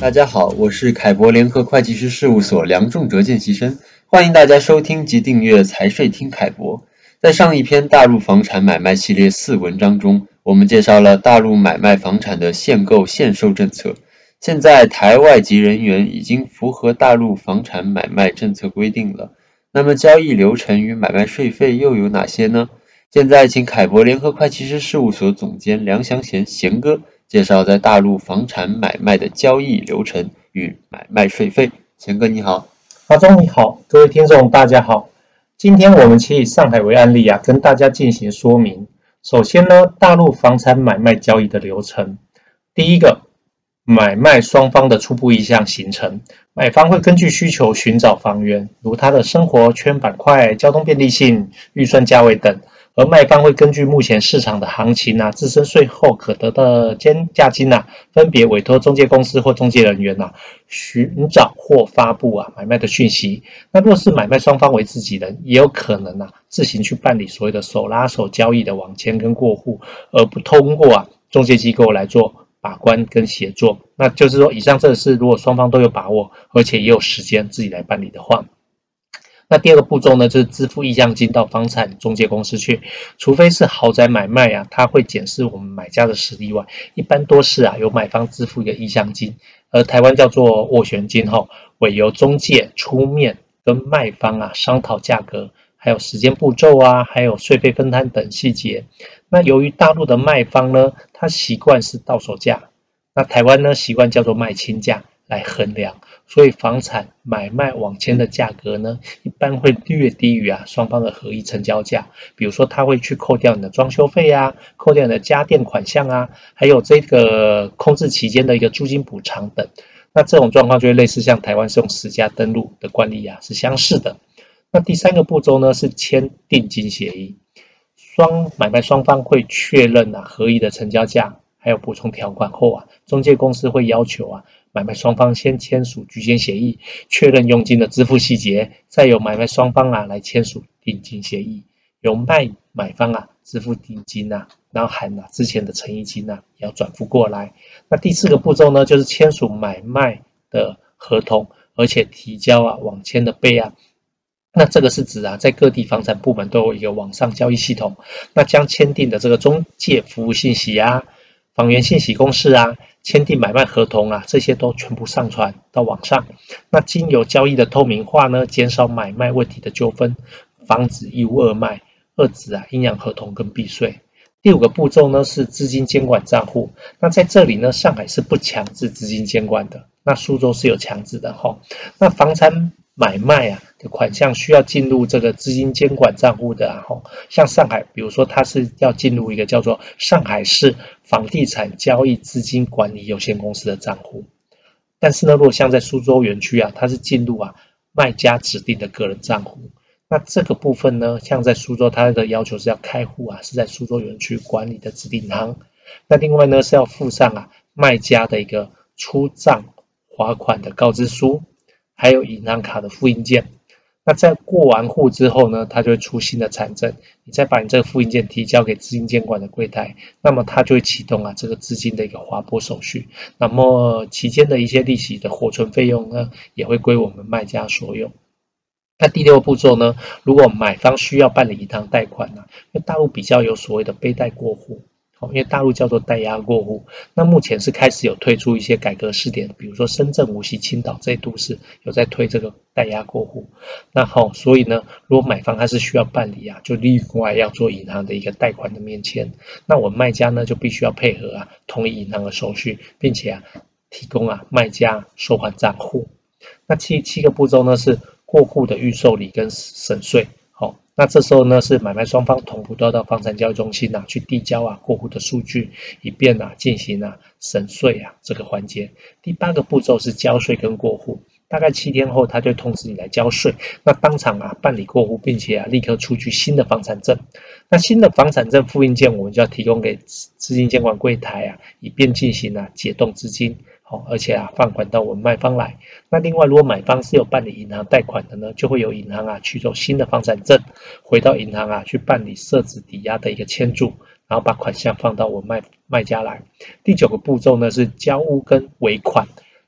大家好，我是凯博联合会计师事务所梁仲哲见习生，欢迎大家收听及订阅财税听凯博。在上一篇大陆房产买卖系列4文章中，我们介绍了大陆买卖房产的限购限售政策。现在台外籍人员已经符合大陆房产买卖政策规定了，那么交易流程与买卖税费又有哪些呢？现在请凯博联合会计师事务所总监梁祥贤贤哥介绍在大陆房产买卖的交易流程与买卖税费。贤哥你好。 阿忠你好，各位听众大家好。今天我们以上海为案例跟大家进行说明。首先呢，大陆房产买卖交易的流程。第一个，买卖双方的初步意向形成，买方会根据需求寻找房源，如他的生活圈板块、交通便利性、预算价位等，而卖方会根据目前市场的行情自身税后可得的价金分别委托中介公司或中介人员寻找或发布买卖的讯息。那若是买卖双方为自己人，也有可能自行去办理所谓的手拉手交易的网签跟过户，而不通过中介机构来做把关跟协作。那就是说，以上这个是如果双方都有把握，而且也有时间自己来办理的话。那第二个步骤呢，就是支付意向金到房产中介公司去，除非是豪宅买卖他会检视我们买家的实力外，一般多是由买方支付一个意向金，而台湾叫做斡旋金委由中介出面跟卖方商讨价格，还有时间步骤还有税费分摊等细节。那由于大陆的卖方呢，他习惯是到手价，那台湾呢习惯叫做卖清价来衡量，所以房产买卖网签的价格呢，一般会略低于双方的合意成交价。比如说他会去扣掉你的装修费扣掉你的家电款项还有这个空置期间的一个租金补偿等。那这种状况就会类似像台湾是用实价登录的惯例是相似的。那第三个步骤呢是签定金协议，买卖双方会确认合意的成交价还有补充条款后中介公司会要求买卖双方先签署居间协议，确认佣金的支付细节，再由买卖双方来签署定金协议，由买方支付定金然后含之前的诚意金也要转付过来。那第四个步骤呢，就是签署买卖的合同，而且提交网签的备案。那这个是指在各地房产部门都有一个网上交易系统，那将签订的这个中介服务信息房源信息公示签订买卖合同这些都全部上传到网上。那经由交易的透明化呢，减少买卖问题的纠纷，防止义务二卖，遏止阴阳合同跟避税。第五个步骤呢是资金监管账户。那在这里呢，上海是不强制资金监管的，那苏州是有强制的那房产买卖的款项需要进入这个资金监管账户的像上海比如说它是要进入一个叫做上海市房地产交易资金管理有限公司的账户。但是呢，如果像在苏州园区它是进入卖家指定的个人账户。那这个部分呢，像在苏州它的要求是要开户是在苏州园区管理的指定银行。那另外呢是要附上卖家的一个出账划款的告知书，还有银行卡的复印件。那在过完户之后呢，它就会出新的产证，你再把你这个复印件提交给资金监管的柜台，那么它就会启动这个资金的一个划拨手续。那么期间的一些利息的活存费用呢，也会归我们卖家所有。那第六个步骤呢，如果买方需要办理银行贷款因为大陆比较有所谓的背贷过户，因为大陆叫做代押过户。那目前是开始有推出一些改革试点，比如说深圳、无锡、青岛这些都市有在推这个代押过户。那所以呢，如果买方他是需要办理就另外要做银行的一个贷款的面签，那我们卖家呢就必须要配合同意银行的手续，并且提供卖家收还账户。那七个步骤呢是过户的预受理跟审税。那这时候呢是买卖双方同步都要到房产交易中心去递交过户的数据，以便进行审税这个环节。第八个步骤是交税跟过户，大概7天后他就通知你来交税，那当场办理过户，并且立刻出具新的房产证。那新的房产证复印件我们就要提供给资金监管柜台以便进行解冻资金，而且放款到我们卖方来。那另外如果买方是有办理银行贷款的呢，就会由银行取走新的房产证，回到银行去办理设置抵押的一个签注，然后把款项放到我卖家来。第9个步骤呢是交屋跟尾款。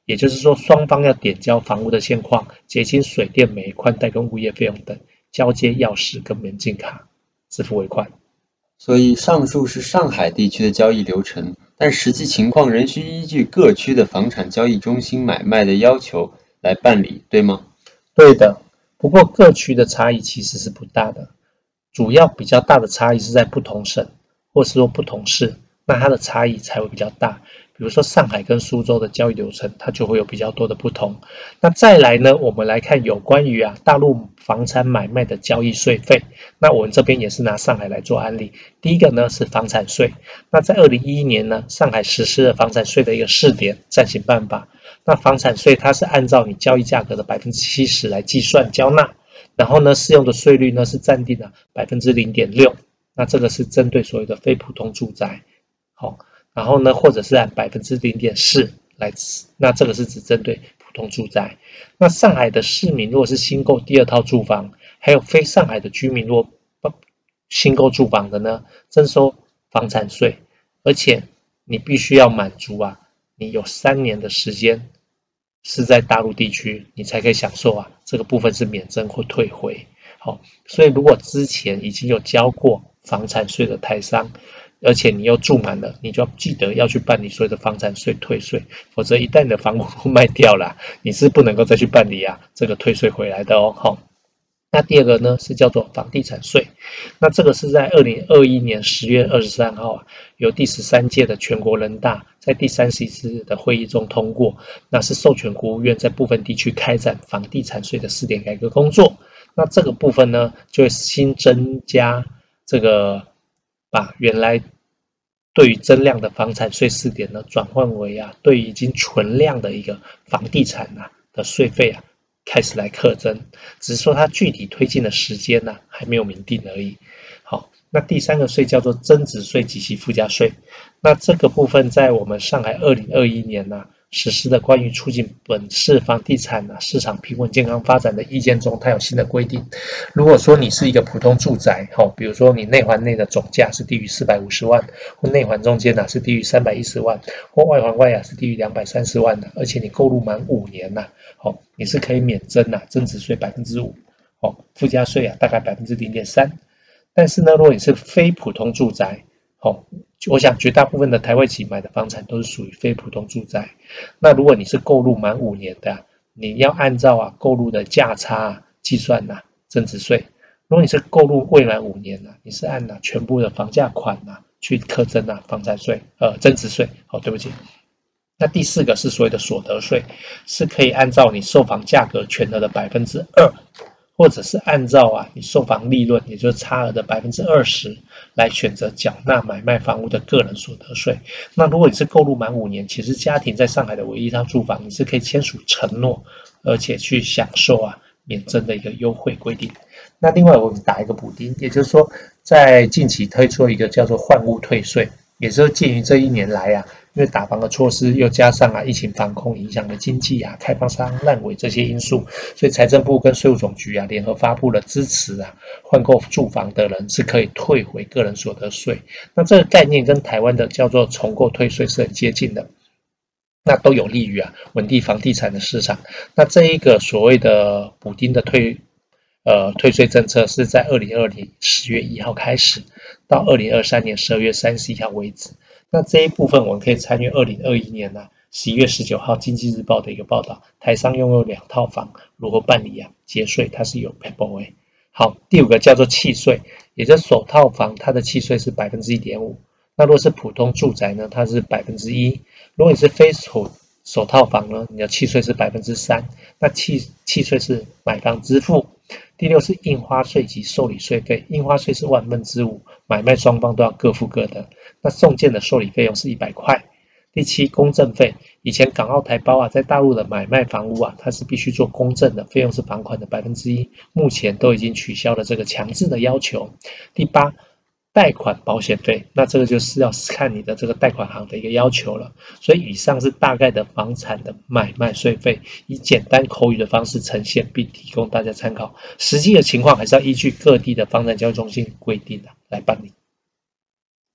也就是说双方要点交房屋的现况、结清水电煤、宽带跟物业费用等，交接钥匙跟门禁卡，支付尾款。 所以上述是上海地区的交易流程，但实际情况仍需依据各区的房产交易中心买卖的要求来办理，对吗？ 对的，不过各区的差异其实是不大的，主要比较大的差异是在不同省或是说不同市，那它的差异才会比较大。比如说上海跟苏州的交易流程，它就会有比较多的不同。那再来呢，我们来看有关于大陆房产买卖的交易税费。那我们这边也是拿上海来做案例。第一个呢是房产税。那在2011年呢，上海实施了房产税的一个试点暂行办法。那房产税它是按照你交易价格的70%来计算交纳，然后呢适用的税率呢是暂定的0.6%。那这个是针对所谓的非普通住宅。好。然后呢，或者是按0.4%来，那这个是只针对普通住宅。那上海的市民如果是新购第二套住房，还有非上海的居民如果新购住房的呢，征收房产税，而且你必须要满足你有3年的时间是在大陆地区，你才可以享受这个部分是免征或退回。好，所以如果之前已经有交过房产税的台商，而且你又住满了，你就要记得要去办理所有的房产税退税，否则一旦你的房屋卖掉了，你是不能够再去办理这个退税回来的哦。好，那第二个呢是叫做房地产税，那这个是在2021年10月23号由第13届的全国人大在第31次的会议中通过，那是授权国务院在部分地区开展房地产税的试点改革工作。那这个部分呢就会新增加这个把原来对于增量的房产税试点呢，转换为对于已经存量的一个房地产的税费开始来课征，只是说它具体推进的时间还没有明定而已。好，那第三个税叫做增值税及其附加税，那这个部分在我们上海2021年实施的关于促进本市房地产市场平稳健康发展的意见中，它有新的规定。如果说你是一个普通住宅，比如说你内环内的总价是低于450万，或内环中间是低于310万，或外环外是低于230万的，而且你购入满5年你是可以免征增值税5%，附加税大概0.3%。但是呢，如果你是非普通住宅，我想绝大部分的台外企买的房产都是属于非普通住宅。那如果你是购入满5年的，你要按照购入的价差计算增值税。如果你是购入未满5年你是按全部的房价款去课征房产税增值税。对不起。那第四个是所谓的所得税，是可以按照你售房价格全额的2%，或者是按照你售房利润，也就是差额的20%来选择缴纳买卖房屋的个人所得税。那如果你是购入满5年，其实家庭在上海的唯一一套住房，你是可以签署承诺，而且去享受免征的一个优惠规定。那另外我们打一个补丁，也就是说在近期推出一个叫做换屋退税，也就是鉴于这1年来因为打房的措施又加上疫情防控影响的经济开发商烂尾这些因素，所以财政部跟税务总局联合发布了支持换购住房的人是可以退回个人所得税。那这个概念跟台湾的叫做重购退税是很接近的，那都有利于稳定房地产的市场。那这一个所谓的补丁的退税政策是在2020年10月1号开始，到2023年12月31号为止。那这一部分我们可以参与2021年11月19号经济日报的一个报道，台商拥有2套房如何办理节税，它是有 paperway。 好，第5个叫做契税，也就是首套房它的契税是 1.5%， 那如果是普通住宅呢，它是 1%， 如果你是非首套房呢，你的契税是 3%， 那契税是买方支付。第6是印花税及受理税费，印花税是5%，买卖双方都要各付各的。那送件的受理费用是100块。第7，公证费，以前港澳台胞在大陆的买卖房屋它是必须做公证的，费用是房款的1%，目前都已经取消了这个强制的要求。第8，贷款保险费，那这个就是要看你的这个贷款行的一个要求了。所以以上是大概的房产的买卖税费，以简单口语的方式呈现，并提供大家参考。实际的情况还是要依据各地的房产交易中心规定来办理。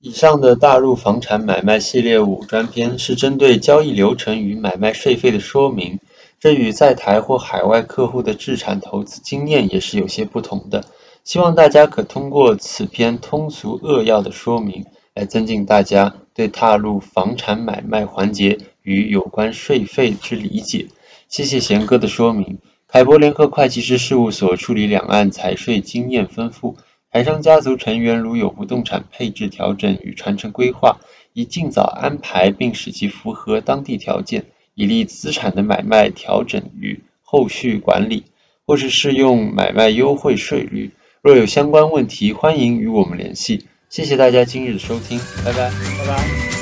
以上的大陆房产买卖系列5专篇是针对交易流程与买卖税费的说明，这与在台或海外客户的置产投资经验也是有些不同的。希望大家可通过此篇通俗扼要的说明，来增进大家对大陆房产买卖环节与有关税费之理解。谢谢贤哥的说明。凯博联合会计师事务所处理两岸财税经验丰富，台商家族成员如有不动产配置调整与传承规划，宜尽早安排并使其符合当地条件，以利资产的买卖调整与后续管理，或是适用买卖优惠税率。若有相关问题，欢迎与我们联系。谢谢大家今日的收听，拜拜。 拜拜。